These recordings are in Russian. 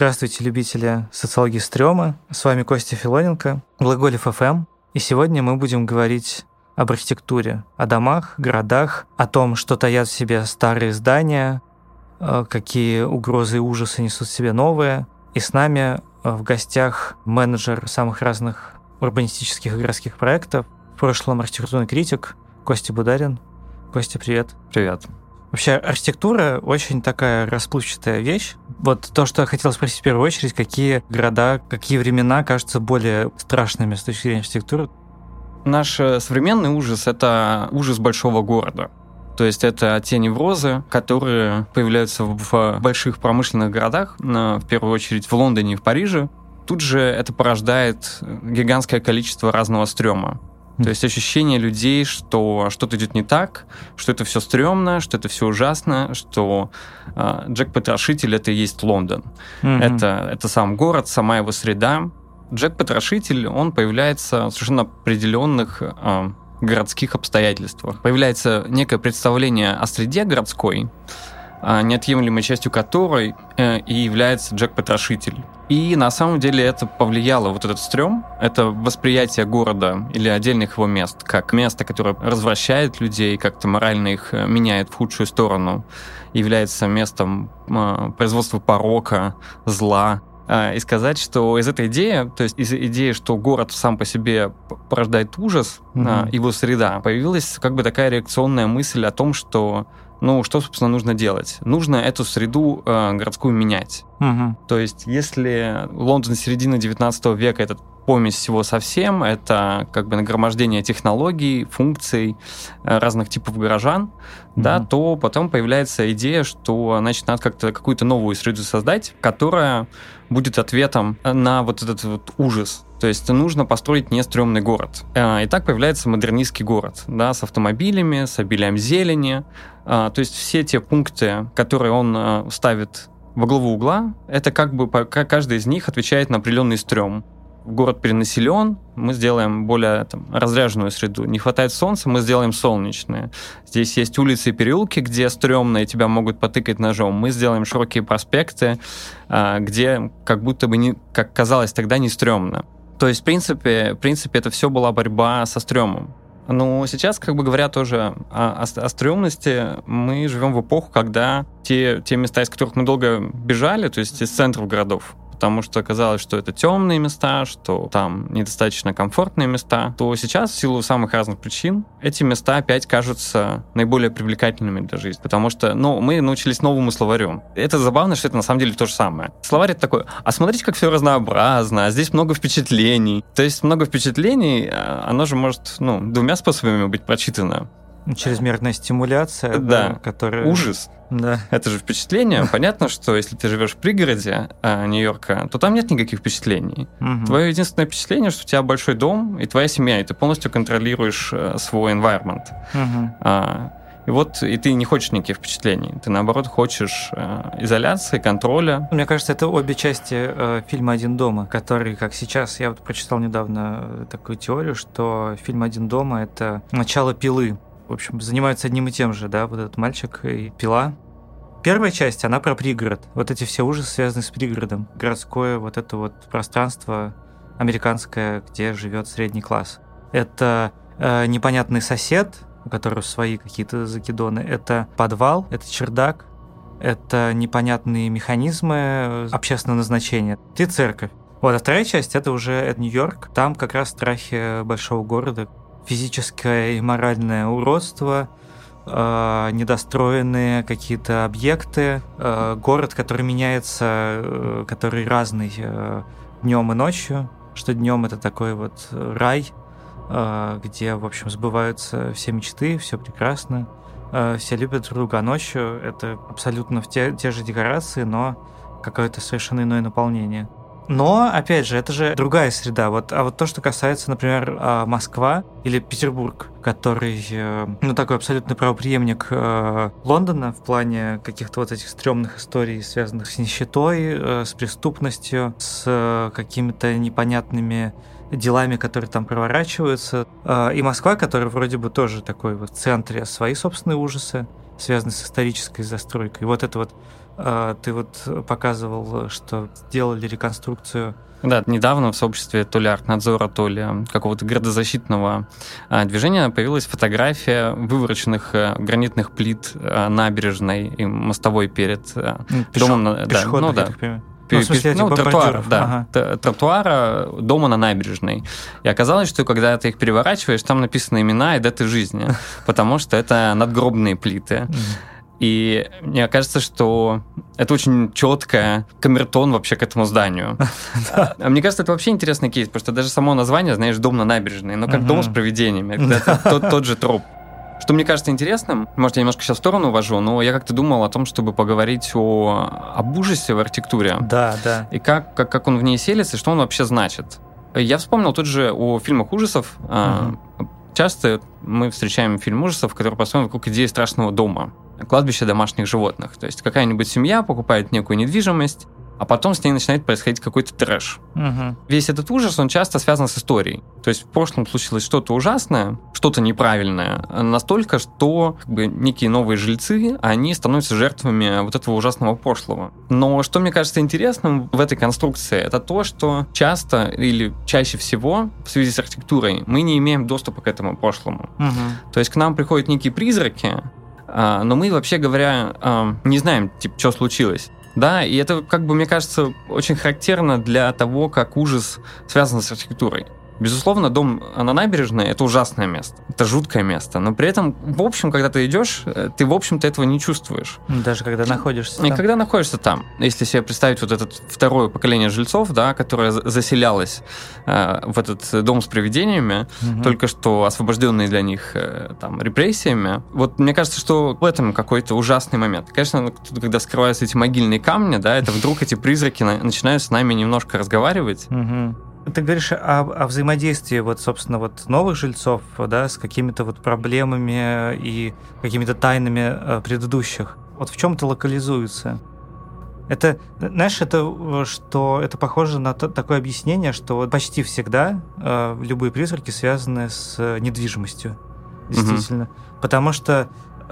Здравствуйте, любители социологии стрёма. С вами Костя Филоненко, Глаголев ФМ. И сегодня мы будем говорить об архитектуре, о домах, городах, о том, что таят в себе старые здания, какие угрозы и ужасы несут в себе новые. И с нами в гостях менеджер самых разных урбанистических и городских проектов, в прошлом архитектурный критик Костя Бударин. Костя, привет. Привет. Вообще, архитектура очень такая расплывчатая вещь. Вот то, что я хотел спросить в первую очередь, какие города, какие времена кажутся более страшными с точки зрения архитектуры? Наш современный ужас — это ужас большого города. То есть это те неврозы, которые появляются в больших промышленных городах, в первую очередь в Лондоне и в Париже. Тут же это порождает гигантское количество разного стрёма. То есть ощущение людей, что что-то идет не так, что это все стрёмно, что это все ужасно, что Джек-потрошитель — это и есть Лондон. Это сам город, сама его среда. Джек-потрошитель, он появляется в совершенно определенных городских обстоятельствах. Появляется некое представление о среде городской, неотъемлемой частью которой и является Джек-потрошитель. И на самом деле это повлияло, вот этот стрём, это восприятие города или отдельных его мест, как место, которое развращает людей, как-то морально их меняет в худшую сторону, является местом производства порока, зла. И сказать, что из этой идеи, то есть из идеи, что город сам по себе порождает ужас, его среда, появилась как бы такая реакционная мысль о том, что что, собственно, нужно делать? Нужно эту среду городскую менять. То есть, если Лондон середины 19 века — это помесь всего совсем, это как бы нагромождение технологий, функций, разных типов горожан, да, то потом появляется идея, что, значит, надо как-то какую-то новую среду создать, которая будет ответом на вот этот вот ужас. То есть нужно построить нестрёмный город. И так появляется модернистский город, да, с автомобилями, с обилием зелени. То есть все те пункты, которые он ставит во главу угла, это как бы каждый из них отвечает на определенный стрём. Город перенаселен, мы сделаем более разряженную среду. Не хватает солнца, мы сделаем солнечное. Здесь есть улицы и переулки, где стрёмно, и тебя могут потыкать ножом. Мы сделаем широкие проспекты, где как будто бы, как казалось тогда, не стрёмно. То есть, в принципе, это все была борьба со стрёмом. Но сейчас, как бы говоря тоже о стрёмности, мы живем в эпоху, когда те места, из которых мы долго бежали, то есть из центров городов, потому что казалось, что это темные места, что там недостаточно комфортные места, то сейчас, в силу самых разных причин, эти места опять кажутся наиболее привлекательными для жизни, потому что, мы научились новому словарю. Это забавно, что это на самом деле то же самое. Словарь — это такой, смотрите, как все разнообразно, здесь много впечатлений. То есть много впечатлений, оно же может, двумя способами быть прочитано. Чрезмерная стимуляция, да, которая... Ужас. Да. Это же впечатление. Понятно, что если ты живешь в пригороде Нью-Йорка, то там нет никаких впечатлений. Твое единственное впечатление, что у тебя большой дом и твоя семья, и ты полностью контролируешь свой environment. И ты не хочешь никаких впечатлений. Ты, наоборот, хочешь изоляции, контроля. Мне кажется, это обе части фильма «Один дома», который, как сейчас, я прочитал недавно такую теорию, что фильм «Один дома» — это начало пилы. В общем, занимаются одним и тем же, да, вот этот мальчик и пила. Первая часть, она про пригород. Вот эти все ужасы связаны с пригородом. Городское вот это вот пространство американское, где живет средний класс. Это непонятный сосед, у которого свои какие-то закидоны. Это подвал, это чердак, это непонятные механизмы общественного назначения. Это церковь. Вот, а вторая часть — это уже Нью-Йорк. Там как раз страхи большого города. Физическое и моральное уродство, недостроенные какие-то объекты, город, который меняется, который разный днем и ночью, что днем это такой вот рай, где, в общем, сбываются все мечты, все прекрасно, все любят друг друга, а ночью это абсолютно те же декорации, но какое-то совершенно иное наполнение. Но, опять же, это же другая среда. А вот то, что касается, например, Москва или Петербург, который, такой абсолютный правопреемник Лондона в плане каких-то вот этих стрёмных историй, связанных с нищетой, с преступностью, с какими-то непонятными делами, которые там проворачиваются. И Москва, которая вроде бы тоже такой вот в центре, свои собственные ужасы, связанные с исторической застройкой. И вот это вот Ты вот показывал, что сделали реконструкцию. Да, недавно в сообществе то ли Аркнадзора, то ли какого-то градозащитного движения появилась фотография вывороченных гранитных плит набережной и мостовой перед домом. Пешеходных, я так понимаю. Тротуаров, да. Ага. Тротуара дома на набережной. И оказалось, что когда ты их переворачиваешь, там написаны имена и даты жизни, потому что это надгробные плиты. И мне кажется, что это очень четко камертон вообще к этому зданию. Мне кажется, это вообще интересный кейс, потому что даже само название, знаешь, дом на набережной, но как дом с привидениями. Это тот же троп. Что мне кажется интересным, может, я немножко сейчас в сторону увожу, но я как-то думал о том, чтобы поговорить об ужасе в архитектуре. Да, да. И как он в ней селится, и что он вообще значит. Я вспомнил тут же о фильмах ужасов. Часто мы встречаем фильм ужасов, который построен вокруг идеи страшного дома, кладбища домашних животных. То есть какая-нибудь семья покупает некую недвижимость, а потом с ней начинает происходить какой-то трэш. Весь этот ужас, он часто связан с историей. То есть в прошлом случилось что-то ужасное, что-то неправильное, настолько, что некие новые жильцы, они становятся жертвами вот этого ужасного прошлого. Но что мне кажется интересным в этой конструкции, это то, что часто или чаще всего в связи с архитектурой мы не имеем доступа к этому прошлому. То есть к нам приходят некие призраки, но мы, вообще говоря, не знаем, что случилось. Да, и это, мне кажется, очень характерно для того, как ужас связан с архитектурой. Безусловно, дом на набережной – это ужасное место, это жуткое место, но при этом, в общем, когда ты идешь, ты, в общем-то, этого не чувствуешь. Даже когда находишься там. И когда находишься там. Если себе представить вот это второе поколение жильцов, да, которое заселялось в этот дом с привидениями, только что освобожденные для них там репрессиями, вот мне кажется, что в этом какой-то ужасный момент. Конечно, когда вскрываются эти могильные камни, да, это вдруг эти призраки начинают с нами немножко разговаривать. Ты говоришь о взаимодействии собственно, новых жильцов, да, с какими-то проблемами и какими-то тайнами предыдущих. Вот в чем это локализуется? Это, знаешь, это похоже на такое объяснение, что почти всегда любые призраки связаны с недвижимостью. Действительно. Потому что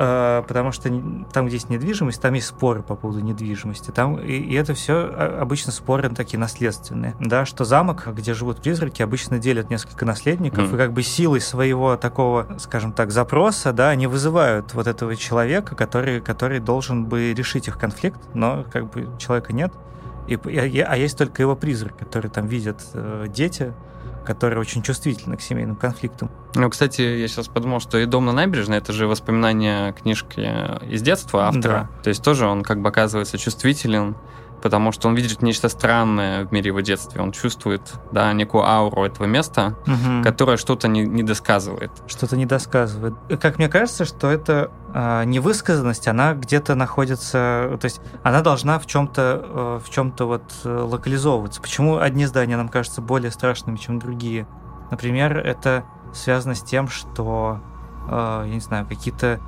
там, где есть недвижимость, там есть споры по поводу недвижимости. И это все обычно споры такие наследственные. Да, что замок, где живут призраки, обычно делят несколько наследников, и силой своего такого, скажем так, запроса, да, они вызывают вот этого человека, который должен бы решить их конфликт, но человека нет. А есть только его призрак, который там видят дети, которые очень чувствительны к семейным конфликтам. Кстати, я сейчас подумал, что и «Дом на набережной» — это же воспоминания книжки из детства автора. Да. То есть тоже он оказывается чувствителен, потому что он видит нечто странное в мире его детства. Он чувствует, да, некую ауру этого места, которая что-то не досказывает. Что-то не досказывает. Как мне кажется, что это невысказанность, она где-то находится... То есть она должна в чем-то локализовываться. Почему одни здания нам кажутся более страшными, чем другие? Например, это связано с тем, что, я не знаю, какие-то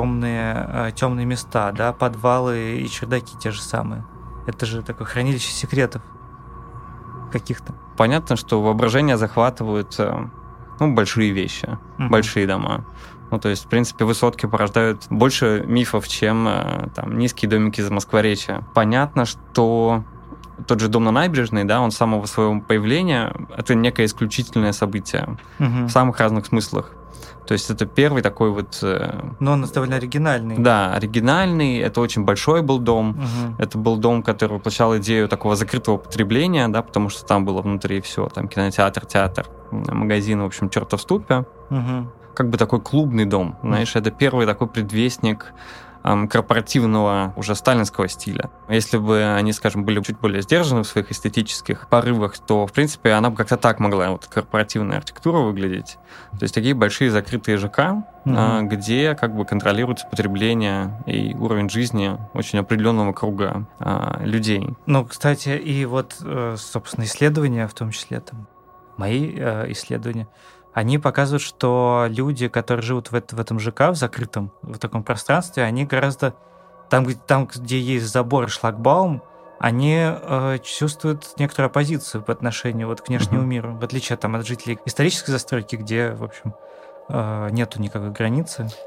темные места, да, подвалы и чердаки те же самые. Это же такое хранилище секретов каких-то. Понятно, что воображение захватывают большие вещи, большие дома. То есть, в принципе, высотки порождают больше мифов, чем низкие домики за Москворечья. Понятно, что тот же дом на набережной, да, он с самого своего появления — это некое исключительное событие в самых разных смыслах. То есть это первый такой Но он довольно оригинальный. Да, оригинальный. Это очень большой был дом. Это был дом, который воплощал идею такого закрытого потребления, да, потому что там было внутри все, там кинотеатр, театр, магазин, в общем, чертов ступе. Такой клубный дом, знаешь, это первый такой предвестник корпоративного уже сталинского стиля. Если бы они, скажем, были чуть более сдержаны в своих эстетических порывах, то, в принципе, она бы как-то так могла, корпоративная архитектура выглядеть. То есть такие большие закрытые ЖК, где контролируется потребление и уровень жизни очень определенного круга людей. Кстати, и собственно, исследования, в том числе мои исследования, они показывают, что люди, которые живут в этом ЖК, в закрытом, в таком пространстве, они гораздо... Там, где есть забор и шлагбаум, они чувствуют некоторую оппозицию по отношению к внешнему миру, в отличие от жителей исторической застройки, где, в общем, нету никакой границы.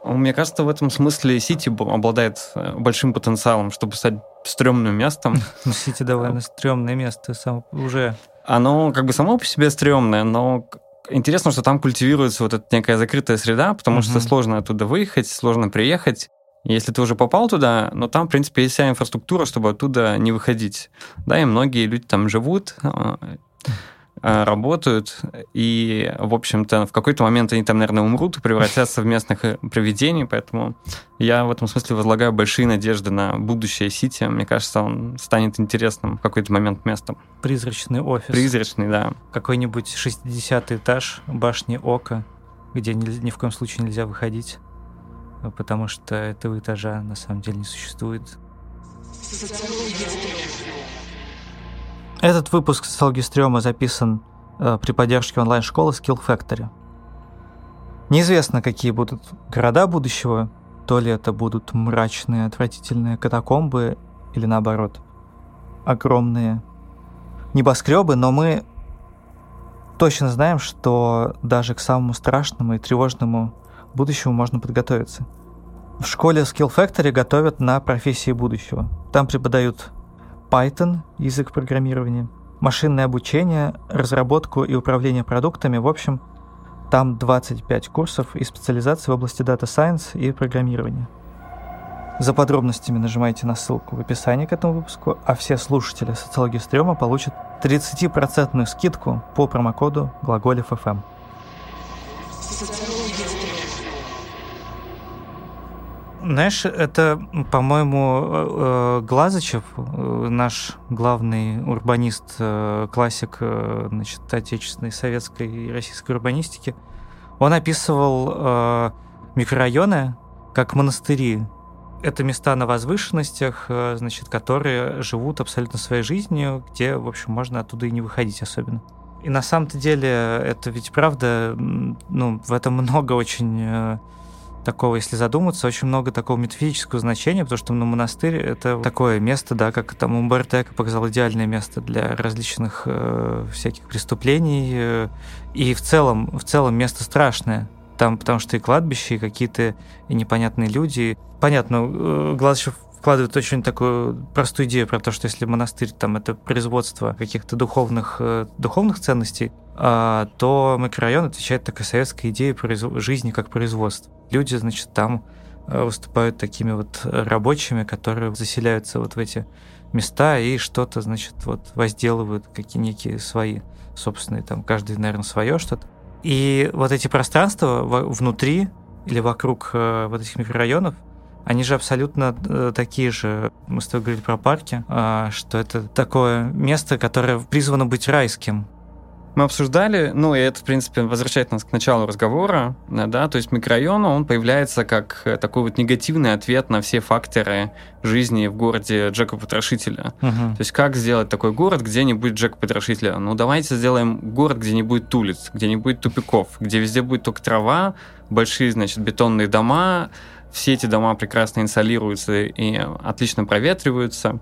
Мне кажется, в этом смысле Сити обладает большим потенциалом, чтобы стать стрёмным местом. Сити довольно стрёмное место уже. Оно как бы само по себе стрёмное, но интересно, что там культивируется вот эта некая закрытая среда, потому что сложно оттуда выехать, сложно приехать. Если ты уже попал туда, но там, в принципе, есть вся инфраструктура, чтобы оттуда не выходить. Да, и многие люди там живут, работают, и, в общем-то, в какой-то момент они там, наверное, умрут и превратятся в местных привидений, поэтому я в этом смысле возлагаю большие надежды на будущее Сити. Мне кажется, он станет интересным в какой-то момент местом. Призрачный офис. Призрачный, да. Какой-нибудь 60-й этаж башни Ока, где ни в коем случае нельзя выходить, потому что этого этажа на самом деле не существует. Этот выпуск «Социологии стрёма» записан при поддержке онлайн-школы Skill Factory. Неизвестно, какие будут города будущего, то ли это будут мрачные, отвратительные катакомбы, или наоборот, огромные небоскребы, но мы точно знаем, что даже к самому страшному и тревожному будущему можно подготовиться. В школе Skill Factory готовят на профессии будущего. Там преподают Python, язык программирования, машинное обучение, разработку и управление продуктами. В общем, там 25 курсов и специализаций в области Data Science и программирования. За подробностями нажимайте на ссылку в описании к этому выпуску, а все слушатели «Социологии стрёма» получат 30% скидку по промокоду Глаголев.FM. Знаешь, это, по-моему, Глазычев, наш главный урбанист, классик, значит, отечественной, советской и российской урбанистики, он описывал микрорайоны как монастыри. Это места на возвышенностях, значит, которые живут абсолютно своей жизнью, где, в общем, можно оттуда и не выходить особенно. И на самом-то деле это ведь правда, ну, в этом много очень такого, если задуматься, очень много такого метафизического значения, потому что монастырь — это такое место, да, как там Умберто Эко показал, идеальное место для различных всяких преступлений, и в целом место страшное. Там, потому что и кладбище, и какие-то и непонятные люди. Понятно, Глазычев вкладывает очень такую простую идею про то, что если монастырь там это производство каких-то духовных ценностей, то микрорайон отвечает такой советской идее жизни как производства. Люди, значит, там выступают такими вот рабочими, которые заселяются вот в эти места и что-то, значит, вот возделывают, какие некие свои собственные, там, каждый, наверное, свое что-то. И вот эти пространства внутри или вокруг вот этих микрорайонов, они же абсолютно такие же. Мы с тобой говорили про парки, что это такое место, которое призвано быть райским. Мы обсуждали, ну и это, в принципе, возвращает нас к началу разговора, да, то есть микрорайон, он появляется как такой вот негативный ответ на все факторы жизни в городе Джека-Потрошителя. То есть как сделать такой город, где не будет Джека-Потрошителя? Ну давайте сделаем город, где не будет улиц, где не будет тупиков, где везде будет только трава, большие, значит, бетонные дома, все эти дома прекрасно инсолируются и отлично проветриваются.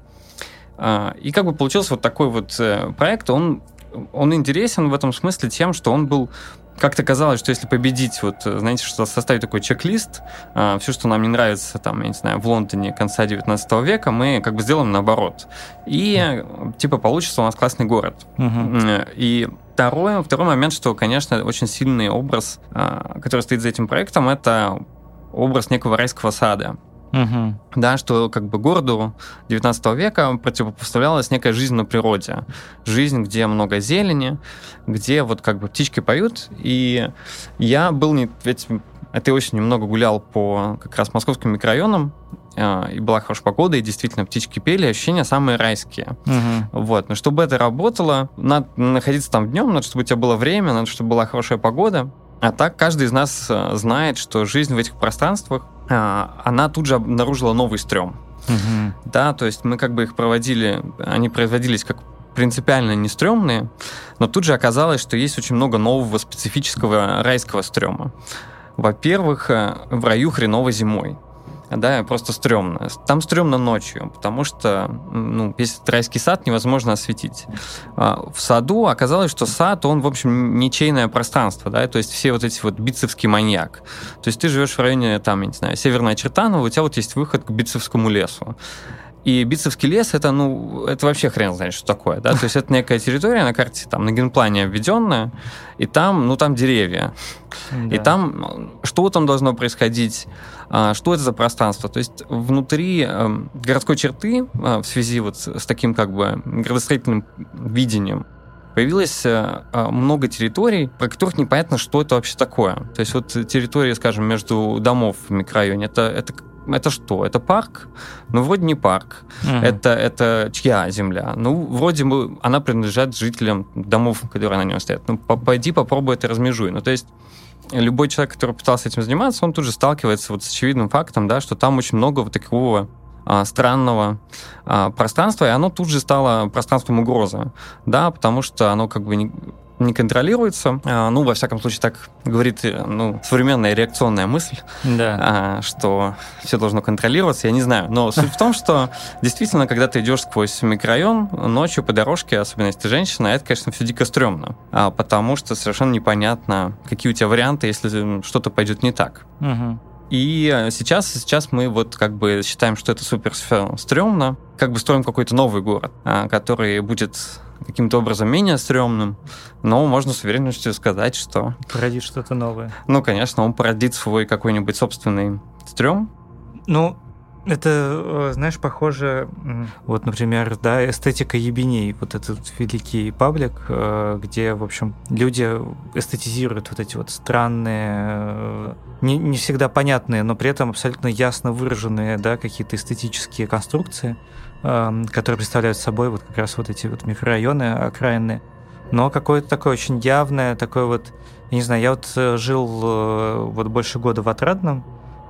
И как бы получился вот такой вот проект, он интересен в этом смысле тем, что он был... Как-то казалось, что если победить, вот, знаете, что составить такой чек-лист, все, что нам не нравится, там, я не знаю, в Лондоне конца 19 века, мы как бы сделаем наоборот. И, типа, получится у нас классный город. И второй момент, что, конечно, очень сильный образ, который стоит за этим проектом, это образ некого райского сада. Да, что как бы городу 19 века противопоставлялась некая жизнь на природе. Жизнь, где много зелени, где вот как бы птички поют. И я был ведь этой осенью немного гулял по как раз московским микрорайонам, и была хорошая погода, и действительно птички пели, ощущения самые райские. Вот. Но чтобы это работало, надо находиться там днем, надо, чтобы у тебя было время, надо, чтобы была хорошая погода. А так каждый из нас знает, что жизнь в этих пространствах, она тут же обнаружила новый стрём. Да, то есть мы как бы их проводили, они производились как принципиально не стрёмные, но тут же оказалось, что есть очень много нового специфического райского стрёма. Во-первых, в раю хреново зимой. да, просто стрёмно. Там стрёмно ночью, потому что весь этот райский сад невозможно осветить. В саду оказалось, что сад, он, в общем, ничейное пространство, да, то есть все вот эти вот битцевский маньяк. То есть ты живешь в районе, там, я не знаю, Северная Чертаново, у тебя вот есть выход к Битцевскому лесу. И Битцевский лес, это вообще хрен знает, что такое, да, то есть это некая территория на карте, там, на генплане обведенная, и там, там деревья. Да. И там, что там должно происходить, что это за пространство? То есть внутри городской черты в связи вот с таким как бы градостроительным видением появилось много территорий, про которых непонятно, что это вообще такое. То есть вот территория, скажем, между домов в микрорайоне, это что? Это парк? Вроде не парк. Это чья земля? Вроде бы она принадлежит жителям домов, которые на нем стоят. Пойди попробуй это размежуй. То есть любой человек, который пытался этим заниматься, он тут же сталкивается вот с очевидным фактом, да, что там очень много вот такого странного пространства, и оно тут же стало пространством угрозы, да, потому что оно как бы не контролируется. Во всяком случае, так говорит современная реакционная мысль, да. Что все должно контролироваться, я не знаю. Но суть в том, что действительно, когда ты идешь сквозь микрорайон ночью по дорожке, особенно если ты женщина, это, конечно, все дико стрёмно, потому что совершенно непонятно, какие у тебя варианты, если что-то пойдет не так. Угу. И сейчас мы вот как бы считаем, что это супер стрёмно, как бы строим какой-то новый город, который будет каким-то образом менее стрёмным, но можно с уверенностью сказать, что... Породит что-то новое. Конечно, он породит свой какой-нибудь собственный стрём. Это, знаешь, похоже, вот, например, да, эстетика ебеней, вот этот великий паблик, где, в общем, люди эстетизируют вот эти вот странные, не всегда понятные, но при этом абсолютно ясно выраженные, да, какие-то эстетические конструкции, которые представляют собой вот как раз вот эти вот микрорайоны окраинные, но какое-то такое очень явное, такое вот, я не знаю, я вот жил вот больше года в Отрадном,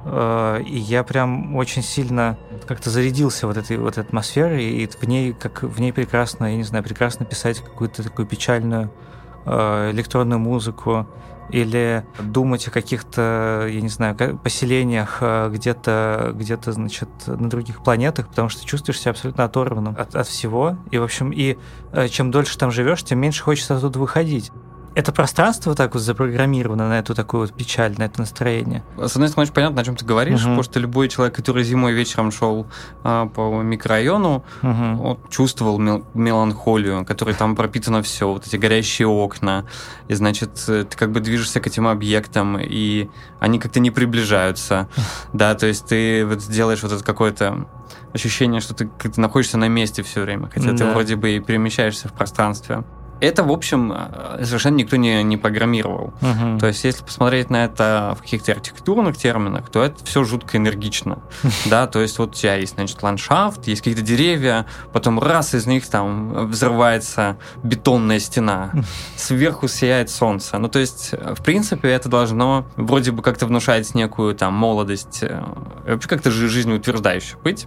и я прям очень сильно как-то зарядился вот этой атмосферой, и в ней прекрасно, я не знаю, прекрасно писать какую-то такую печальную электронную музыку, или думать о каких-то, я не знаю, поселениях где-то, значит, на других планетах, потому что чувствуешь себя абсолютно оторванным от всего. И, в общем, чем дольше там живешь, тем меньше хочется оттуда выходить. Это пространство вот так вот запрограммировано на эту такую вот печаль, на это настроение. С одной стороны, очень понятно, о чем ты говоришь, потому что любой человек, который зимой вечером шел по микрорайону, он чувствовал меланхолию, которой там пропитано все, вот эти горящие окна, и, значит, ты как бы движешься к этим объектам, и они как-то не приближаются, да, то есть ты вот делаешь вот это какое-то ощущение, что ты находишься на месте все время, хотя ты вроде бы и перемещаешься в пространстве. Это, в общем, совершенно никто не программировал. То есть, если посмотреть на это в каких-то архитектурных терминах, то это все жутко энергично. Да, то есть, вот у тебя есть, значит, ландшафт, есть какие-то деревья, потом раз из них там взрывается бетонная стена, сверху сияет солнце. То есть, в принципе, это должно вроде бы как-то внушать некую там молодость, вообще как-то жизнеутверждающую быть.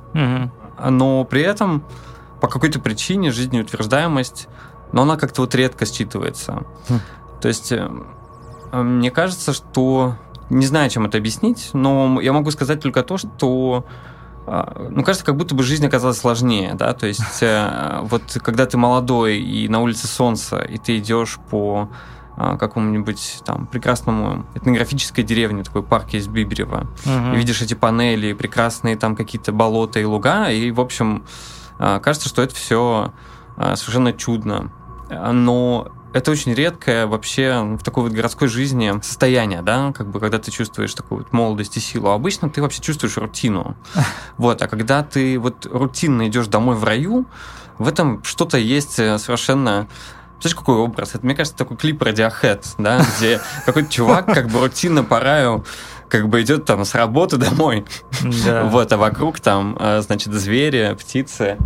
Но при этом по какой-то причине жизнеутверждаемость, но она как-то вот редко считывается. То есть, мне кажется, что... Не знаю, чем это объяснить, но я могу сказать только то, что... кажется, как будто бы жизнь оказалась сложнее, да, то есть вот когда ты молодой и на улице солнце, и ты идешь по какому-нибудь там прекрасному этнографической деревне, такой парк есть Биберево, и видишь эти панели, прекрасные там какие-то болота и луга, и, в общем, кажется, что это все совершенно чудно. Но это очень редкое вообще в такой вот городской жизни состояние, да, как бы когда ты чувствуешь такую вот молодость и силу. Обычно ты вообще чувствуешь рутину. Вот, а когда ты вот рутинно идешь домой в раю, в этом что-то есть совершенно... Знаешь, какой образ? Это, мне кажется, такой клип Radiohead, да, где какой-то чувак как бы рутинно по раю как бы идет там с работы домой. Вот, а вокруг там, значит, звери, птицы.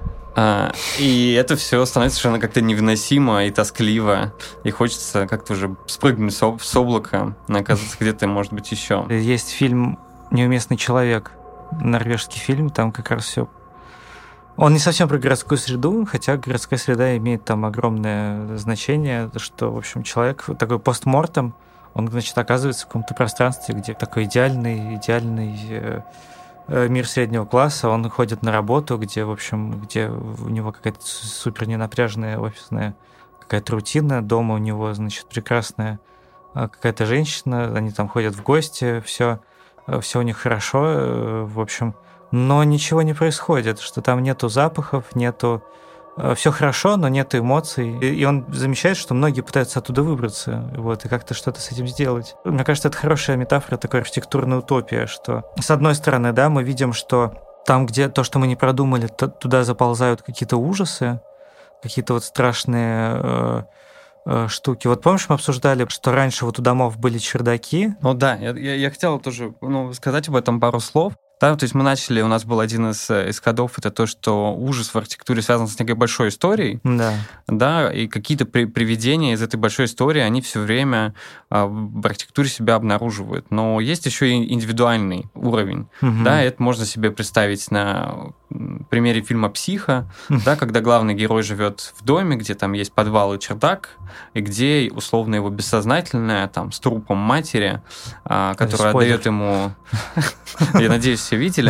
И это все становится совершенно как-то невыносимо и тоскливо. И хочется как-то уже спрыгнуть с облака, оказаться где-то, может быть, еще. Есть фильм «Неуместный человек», норвежский фильм, там как раз все. Он не совсем про городскую среду, хотя городская среда имеет там огромное значение, что, в общем, человек такой постмортем, он, значит, оказывается в каком-то пространстве, где такой идеальный мир среднего класса, он ходит на работу, где, в общем, где у него какая-то супер ненапряженная офисная какая-то рутина, дома у него, значит, прекрасная какая-то женщина, они там ходят в гости, все у них хорошо, в общем, но ничего не происходит, что там нету запахов, нету... Все хорошо, но нет эмоций. И он замечает, что многие пытаются оттуда выбраться, вот, и как-то что-то с этим сделать. Мне кажется, это хорошая метафора, такая архитектурная утопия, что, с одной стороны, да, мы видим, что там, где то, что мы не продумали, туда заползают какие-то ужасы, какие-то вот страшные штуки. Вот помнишь, мы обсуждали, что раньше вот у домов были чердаки? Ну да, я хотел тоже сказать об этом пару слов. Да, то есть мы начали, у нас был один из ходов, это то, что ужас в архитектуре связан с некой большой историей. Да. Да, и какие-то привидения из этой большой истории, они все время в архитектуре себя обнаруживают. Но есть еще и индивидуальный уровень. Угу. Да, это можно себе представить на примере фильма «Психо», да, когда главный герой живет в доме, где там есть подвал и чердак, и где условно его бессознательное, там, с трупом матери, которая отдает ему... Я надеюсь, все видели.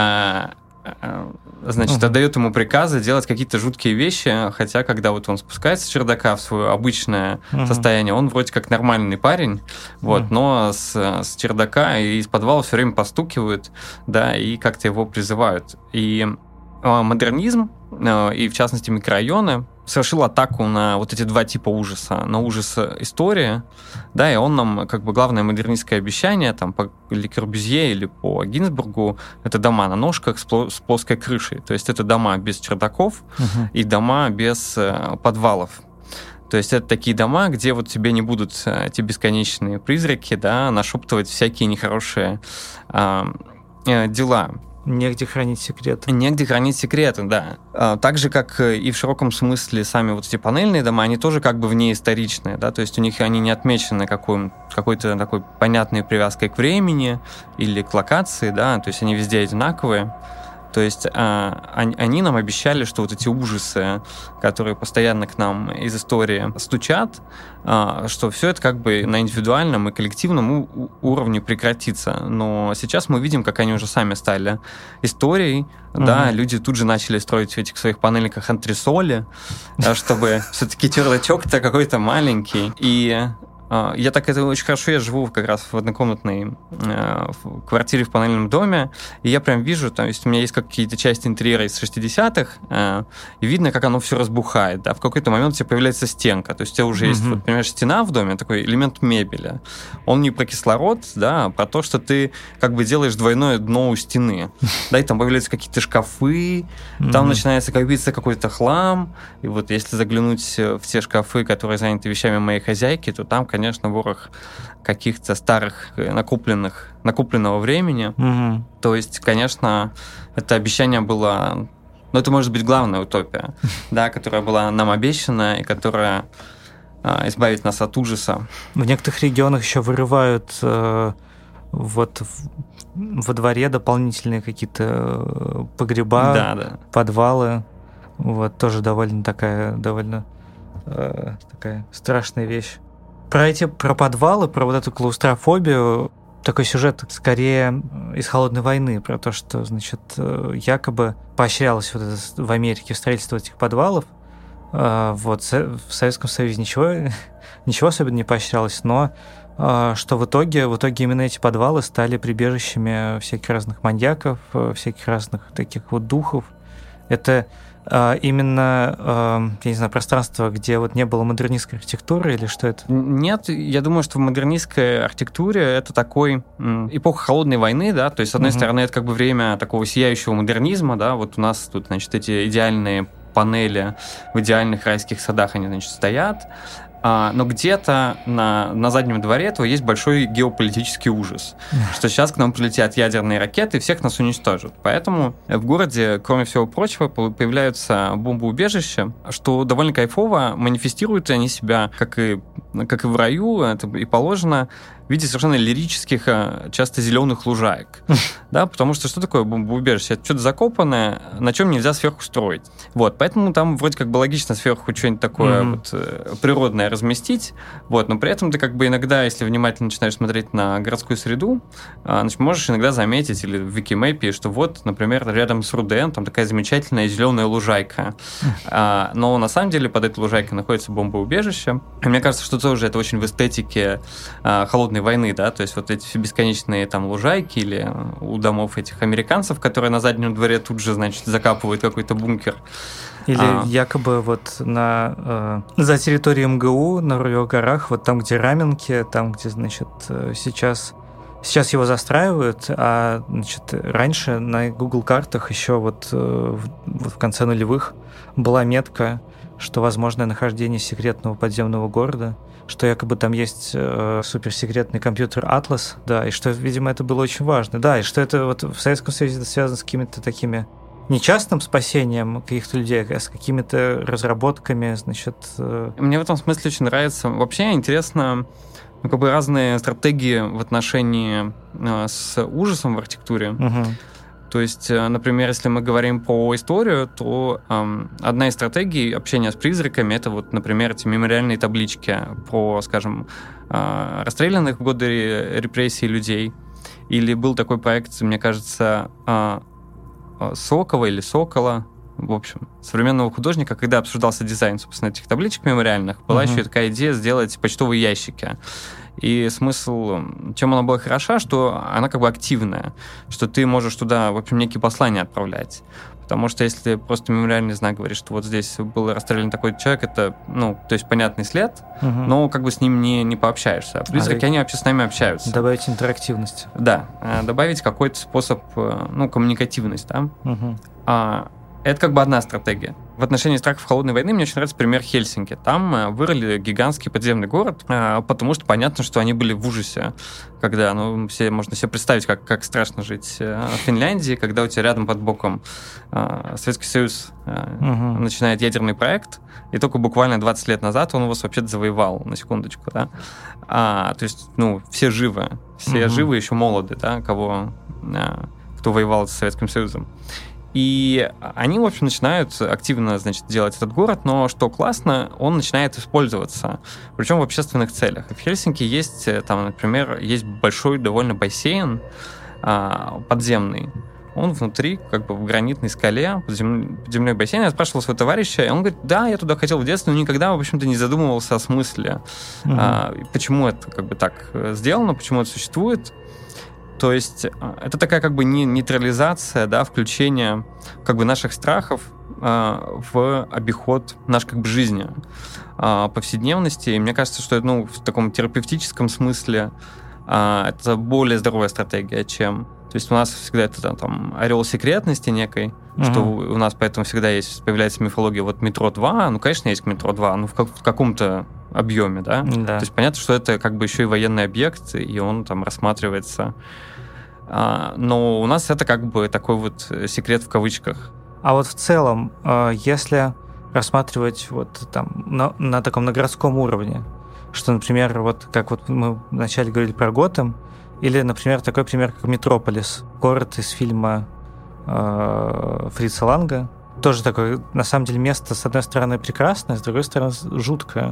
Значит, отдает ему приказы делать какие-то жуткие вещи, хотя, когда вот он спускается с чердака в свое обычное состояние, он вроде как нормальный парень, вот, но с чердака и из подвала все время постукивают, да, и как-то его призывают. И модернизм, и в частности микрорайоны, совершил атаку на вот эти два типа ужаса. На ужас истории, да, и он нам, как бы, главное модернистское обещание, там, по Le Corbusier или по Гинзбургу, это дома на ножках с плоской крышей. То есть это дома без чердаков и дома без подвалов. То есть это такие дома, где вот тебе не будут эти бесконечные призраки, да, нашептывать всякие нехорошие дела. Негде хранить секреты. Негде хранить секреты, да. Так же, как и в широком смысле сами вот эти панельные дома, они тоже как бы внеисторичные, да, то есть у них они не отмечены какой-то такой понятной привязкой к времени или к локации, да, то есть они везде одинаковые. То есть они нам обещали, что вот эти ужасы, которые постоянно к нам из истории стучат, что все это как бы на индивидуальном и коллективном уровне прекратится. Но сейчас мы видим, как они уже сами стали историей. Да, люди тут же начали строить в этих своих панельках антресоли, чтобы все-таки чердачок-то какой-то маленький. И я так это очень хорошо, я живу как раз в однокомнатной квартире в панельном доме, и я прям вижу, то есть у меня есть какие-то части интерьера из 60-х, и видно, как оно все разбухает, да, в какой-то момент у тебя появляется стенка, то есть у тебя уже есть, вот, понимаешь, стена в доме, такой элемент мебели, он не про кислород, да, а про то, что ты как бы делаешь двойное дно у стены, да, и там появляются какие-то шкафы, там начинается копиться какой-то хлам, и вот если заглянуть в те шкафы, которые заняты вещами моей хозяйки, то там, конечно, ворох каких-то старых накопленного времени. То есть, конечно, это обещание было... Ну, это может быть главная утопия, да, которая была нам обещана и которая избавит нас от ужаса. В некоторых регионах еще вырывают вот во дворе дополнительные какие-то погреба, подвалы. Вот, тоже довольно такая страшная вещь. Про подвалы, про вот эту клаустрофобию, такой сюжет скорее из «Холодной войны», про то, что, значит, якобы поощрялось вот это в Америке строительство этих подвалов. Вот, в Советском Союзе ничего особенно не поощрялось, но что в итоге именно эти подвалы стали прибежищами всяких разных маньяков, всяких разных таких вот духов. Это именно, я не знаю, пространство, где вот не было модернистской архитектуры, или что это? Нет, я думаю, что в модернистской архитектуре это такой эпоха холодной войны, да, то есть, с одной стороны, это как бы время такого сияющего модернизма, да, вот у нас тут, значит, эти идеальные панели в идеальных райских садах, они, значит, стоят, но где-то на заднем дворе этого есть большой геополитический ужас, что сейчас к нам прилетят ядерные ракеты и всех нас уничтожат. Поэтому в городе, кроме всего прочего, появляются бомбоубежища, что довольно кайфово, манифестируют они себя, как и как и в раю, это и положено, в виде совершенно лирических, часто зеленых лужаек. Да, потому что такое бомбоубежище? Это что-то закопанное, на чем нельзя сверху строить. Вот, поэтому там вроде как бы логично сверху что-нибудь такое вот, природное разместить, вот, но при этом ты как бы иногда, если внимательно начинаешь смотреть на городскую среду, значит, можешь иногда заметить, или в Викимэпе, что вот, например, рядом с РУДН там такая замечательная зеленая лужайка. Но на самом деле под этой лужайкой находится бомбоубежище. И мне кажется, что тоже это очень в эстетике холодной войны, да, то есть вот эти все бесконечные там лужайки или у домов этих американцев, которые на заднем дворе тут же, значит, закапывают какой-то бункер. Или якобы вот за территорией МГУ, на Рулевых горах, вот там, где Раменки, там, где, значит, сейчас его застраивают, а, значит, раньше на Google картах еще вот в конце нулевых была метка, что возможное нахождение секретного подземного города, что якобы там есть суперсекретный компьютер Atlas, да, и что, видимо, это было очень важно. Да, и что это вот в Советском Союзе это связано с какими-то такими не частным спасением каких-то людей, а с какими-то разработками, значит... Мне в этом смысле очень нравится. Вообще интересно, как бы разные стратегии в отношении с ужасом в архитектуре. То есть, например, если мы говорим по историю, то одна из стратегий общения с призраками — это вот, например, эти мемориальные таблички про, скажем, расстрелянных в годы репрессий людей. Или был такой проект, мне кажется, Сокова или Сокола, в общем, современного художника, когда обсуждался дизайн, собственно, этих табличек мемориальных, была еще такая идея сделать почтовые ящики. И смысл, чем она была хороша, что она как бы активная, что ты можешь туда, в общем, некие послания отправлять. Потому что если просто мемориальный знак говорит, что вот здесь был расстрелян такой человек, это, ну, то есть понятный след, но как бы с ним не пообщаешься. А призраки, они вообще с нами общаются. Добавить интерактивность. Да, добавить какой-то способ, ну, коммуникативность, да. Это как бы одна стратегия. В отношении страхов холодной войны мне очень нравится пример Хельсинки. Там вырыли гигантский подземный город, потому что понятно, что они были в ужасе, когда, ну, можно себе представить, как страшно жить в Финляндии, когда у тебя рядом под боком Советский Союз начинает ядерный проект, и только буквально 20 лет назад он его вообще-то завоевал, на секундочку, да. То есть, ну, все живы, еще молоды, да, кто воевал с Советским Союзом. И они, в общем, начинают активно, значит, делать этот город, но что классно, он начинает использоваться, причем в общественных целях. В Хельсинки есть, там, например, есть большой довольно бассейн подземный. Он внутри, как бы в гранитной скале, подземной бассейн. Я спрашивал своего товарища, и он говорит, да, я туда хотел в детстве, но никогда, в общем-то, не задумывался о смысле. Почему это как бы так сделано, почему это существует. То есть это такая как бы нейтрализация, да, включение как бы наших страхов в обиход нашей как бы жизни, повседневности. И мне кажется, что это, ну, в таком терапевтическом смысле это более здоровая стратегия, чем... То есть у нас всегда это там орел секретности некой, что у нас поэтому всегда появляется мифология вот метро 2, ну, конечно, есть метро 2, но в каком-то объеме, да? То есть понятно, что это как бы еще и военный объект, и он там рассматривается. Но у нас это как бы такой вот секрет в кавычках. А вот в целом, если рассматривать вот там на таком на городском уровне, что, например, вот как вот мы вначале говорили про Готэм, или, например, такой пример, как Метрополис, город из фильма Фрица Ланга. Тоже такое, на самом деле, место, с одной стороны, прекрасное, с другой стороны, жуткое,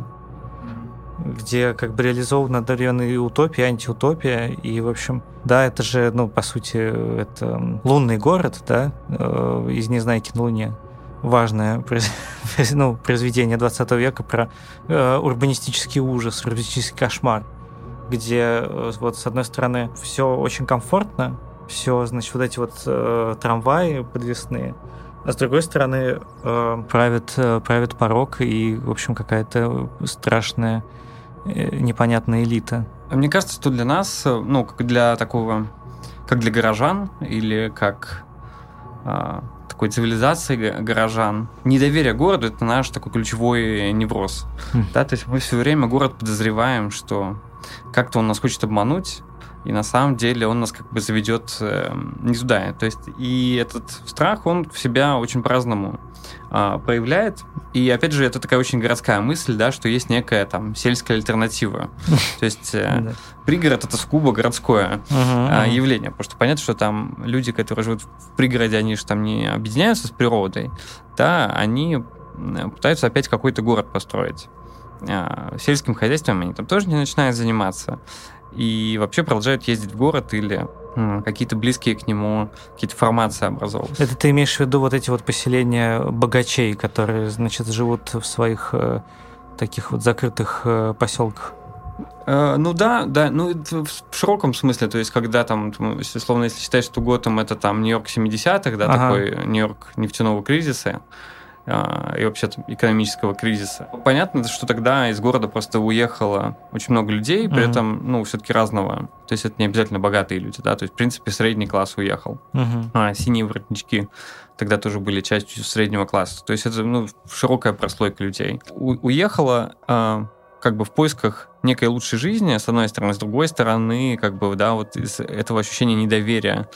где как бы реализована одновременно и утопия, и антиутопия. И, в общем, да, это же, ну, по сути, это лунный город, да, из «Незнайки на Луне». Важное произведение 20 века про урбанистический ужас, урбанистический кошмар, где вот с одной стороны все очень комфортно, все, значит, вот эти вот трамваи подвесные, а с другой стороны правит порок и, в общем, какая-то страшная непонятная элита. Мне кажется, что для нас, ну, как для такого, как для горожан или как такой цивилизации горожан, недоверие к городу — это наш такой ключевой невроз. Да, то есть мы все время город подозреваем, что как-то он нас хочет обмануть, и на самом деле он нас как бы заведет не туда. То есть и этот страх, он в себя очень по-разному проявляет. И опять же, это такая очень городская мысль, да, что есть некая там сельская альтернатива. То есть пригород — это сугубо городское явление. Потому что понятно, что там люди, которые живут в пригороде, они же там не объединяются с природой, да, они пытаются опять какой-то город построить. Сельским хозяйством они там тоже не начинают заниматься. И вообще продолжают ездить в город или какие-то близкие к нему какие-то формации образовывать. Это ты имеешь в виду вот эти вот поселения богачей, которые, значит, живут в своих таких вот закрытых поселках? Ну да, ну в широком смысле, то есть когда там, условно, если считать, что Готэм — это там Нью-Йорк 70-х, да, такой Нью-Йорк нефтяного кризиса, и вообще экономического кризиса. Понятно, что тогда из города просто уехало очень много людей, при этом, ну, все-таки разного. То есть это не обязательно богатые люди, да, то есть, в принципе, средний класс уехал. Синие воротнички тогда тоже были частью среднего класса. То есть это, ну, широкая прослойка людей. Уехала как бы в поисках некой лучшей жизни, с одной стороны, с другой стороны, как бы, да, вот из этого ощущения недоверия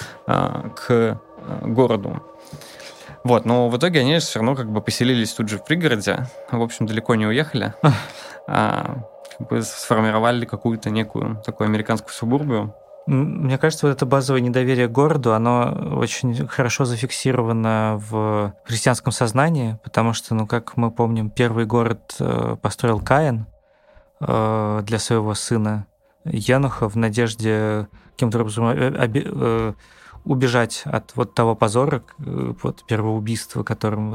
к городу. Вот, но в итоге они все равно как бы поселились тут же в пригороде, в общем, далеко не уехали, как бы сформировали какую-то некую такую американскую субурбию. Мне кажется, вот это базовое недоверие к городу, оно очень хорошо зафиксировано в христианском сознании, потому что, ну, как мы помним, первый город построил Каин для своего сына Енуха в надежде каким-то образом убежать от вот того позора, вот первого убийства,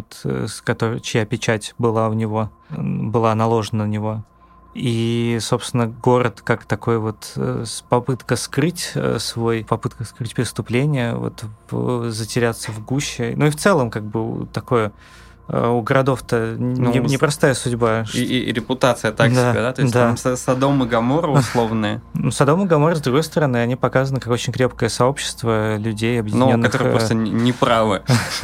чья печать была у него, была наложена на него. И, собственно, город как такой вот попытка скрыть преступление, вот затеряться в гуще. Ну и в целом как бы такое у городов-то непростая судьба. И репутация так себе, да? То есть там Содом и Гоморра условные. Содом и Гоморра, с другой стороны, они показаны как очень крепкое сообщество людей, объединенных... Но которые просто неправы.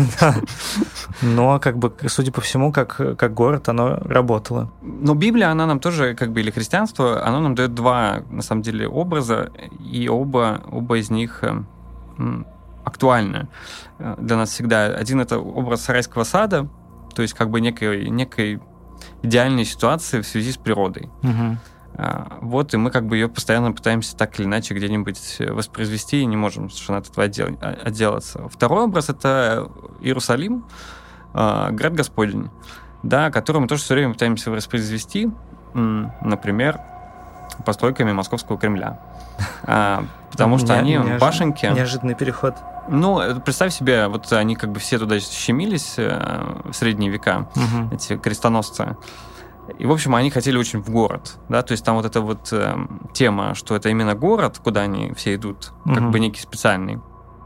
Но, как бы, судя по всему, как город, оно работало. Но Библия, она нам тоже, как бы, или христианство, оно нам дает два, на самом деле, образа, и оба из них актуальны для нас всегда. Один — это образ райского сада, то есть как бы некой идеальной ситуации в связи с природой. Вот, и мы как бы ее постоянно пытаемся так или иначе где-нибудь воспроизвести и не можем совершенно от этого отделаться. Второй образ — это Иерусалим, град Господень, да, который мы тоже все время пытаемся воспроизвести, например, постройками Московского Кремля. Потому что они башенки... Неожиданный переход. Ну, представь себе, вот они как бы все туда щемились в средние века, эти крестоносцы. И, в общем, они хотели очень в город, да, то есть там вот эта вот тема, что это именно город, куда они все идут, как бы некий специальный,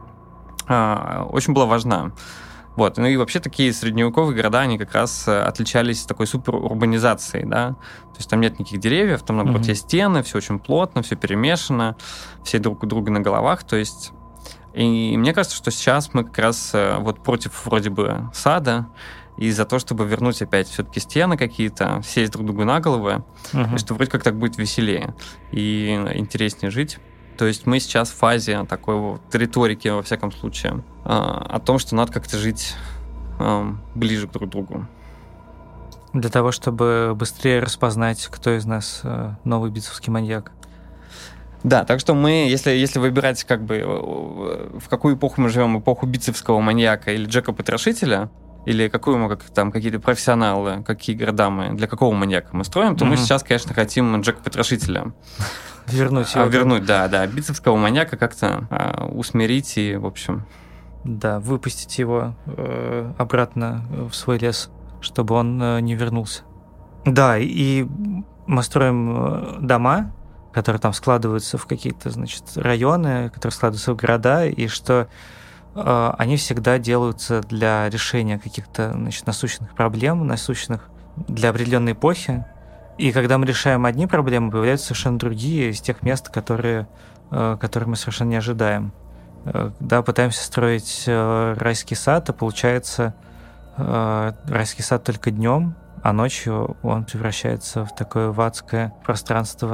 очень была важна. Вот. Ну и вообще такие средневековые города, они как раз отличались такой суперурбанизацией, да, то есть там нет никаких деревьев, там, наоборот, есть стены, все очень плотно, все перемешано, все друг у друга на головах, то есть... И мне кажется, что сейчас мы как раз вот против вроде бы сада, и за то, чтобы вернуть опять все-таки стены какие-то, сесть друг другу на головы, и что вроде как так будет веселее и интереснее жить. То есть мы сейчас в фазе такой вот риторики, во всяком случае, о том, что надо как-то жить ближе друг к другу. Для того, чтобы быстрее распознать, кто из нас новый битцевский маньяк. Да, так что мы, если выбирать, как бы, в какую эпоху мы живем, эпоху битцевского маньяка или Джека-потрошителя, или какую мы, как там какие-то профессионалы, какие города мы, для какого маньяка мы строим, то мы сейчас, конечно, хотим Джека-потрошителя. Вернуть его. Вернуть, да, битцевского маньяка как-то усмирить и, в общем... Да, выпустить его обратно в свой лес, чтобы он не вернулся. Да, и мы строим дома, которые там складываются в какие-то, значит, районы, которые складываются в города, и что они всегда делаются для решения каких-то, значит, насущных проблем, насущных для определенной эпохи. И когда мы решаем одни проблемы, появляются совершенно другие из тех мест, которые мы совершенно не ожидаем. Да, пытаемся строить райский сад, а получается райский сад только днем, а ночью он превращается в такое в адское пространство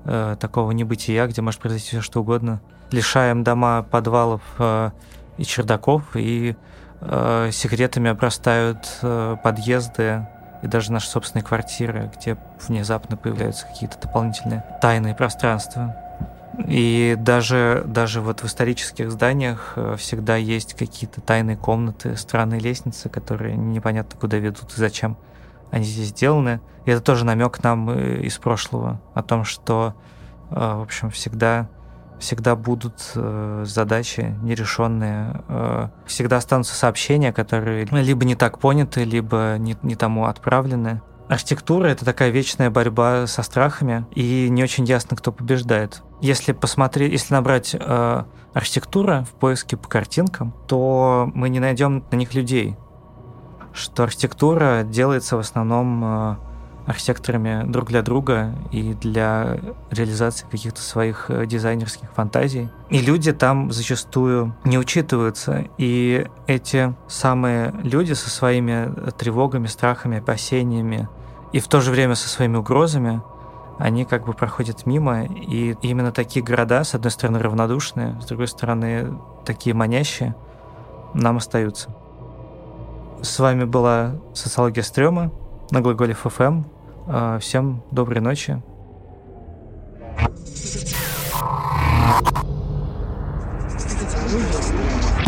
такого небытия, где может произойти все что угодно. Лишаем дома подвалов и чердаков, и секретами обрастают подъезды и даже наши собственные квартиры, где внезапно появляются какие-то дополнительные тайные пространства. И даже вот в исторических зданиях всегда есть какие-то тайные комнаты, странные лестницы, которые непонятно куда ведут и зачем они здесь сделаны. И это тоже намек нам из прошлого о том, что, в общем, всегда будут задачи нерешенные, всегда останутся сообщения, которые либо не так поняты, либо не тому отправлены. Архитектура — это такая вечная борьба со страхами, и не очень ясно, кто побеждает. Если набрать архитектура в поиске по картинкам, то мы не найдем на них людей. Что архитектура делается в основном архитекторами друг для друга и для реализации каких-то своих дизайнерских фантазий. И люди там зачастую не учитываются. И эти самые люди со своими тревогами, страхами, опасениями и в то же время со своими угрозами, они как бы проходят мимо. И именно такие города, с одной стороны, равнодушные, с другой стороны, такие манящие, нам остаются. С вами была «Социология стрёма» на Глаголев ФМ. Всем доброй ночи. Социология стрёма.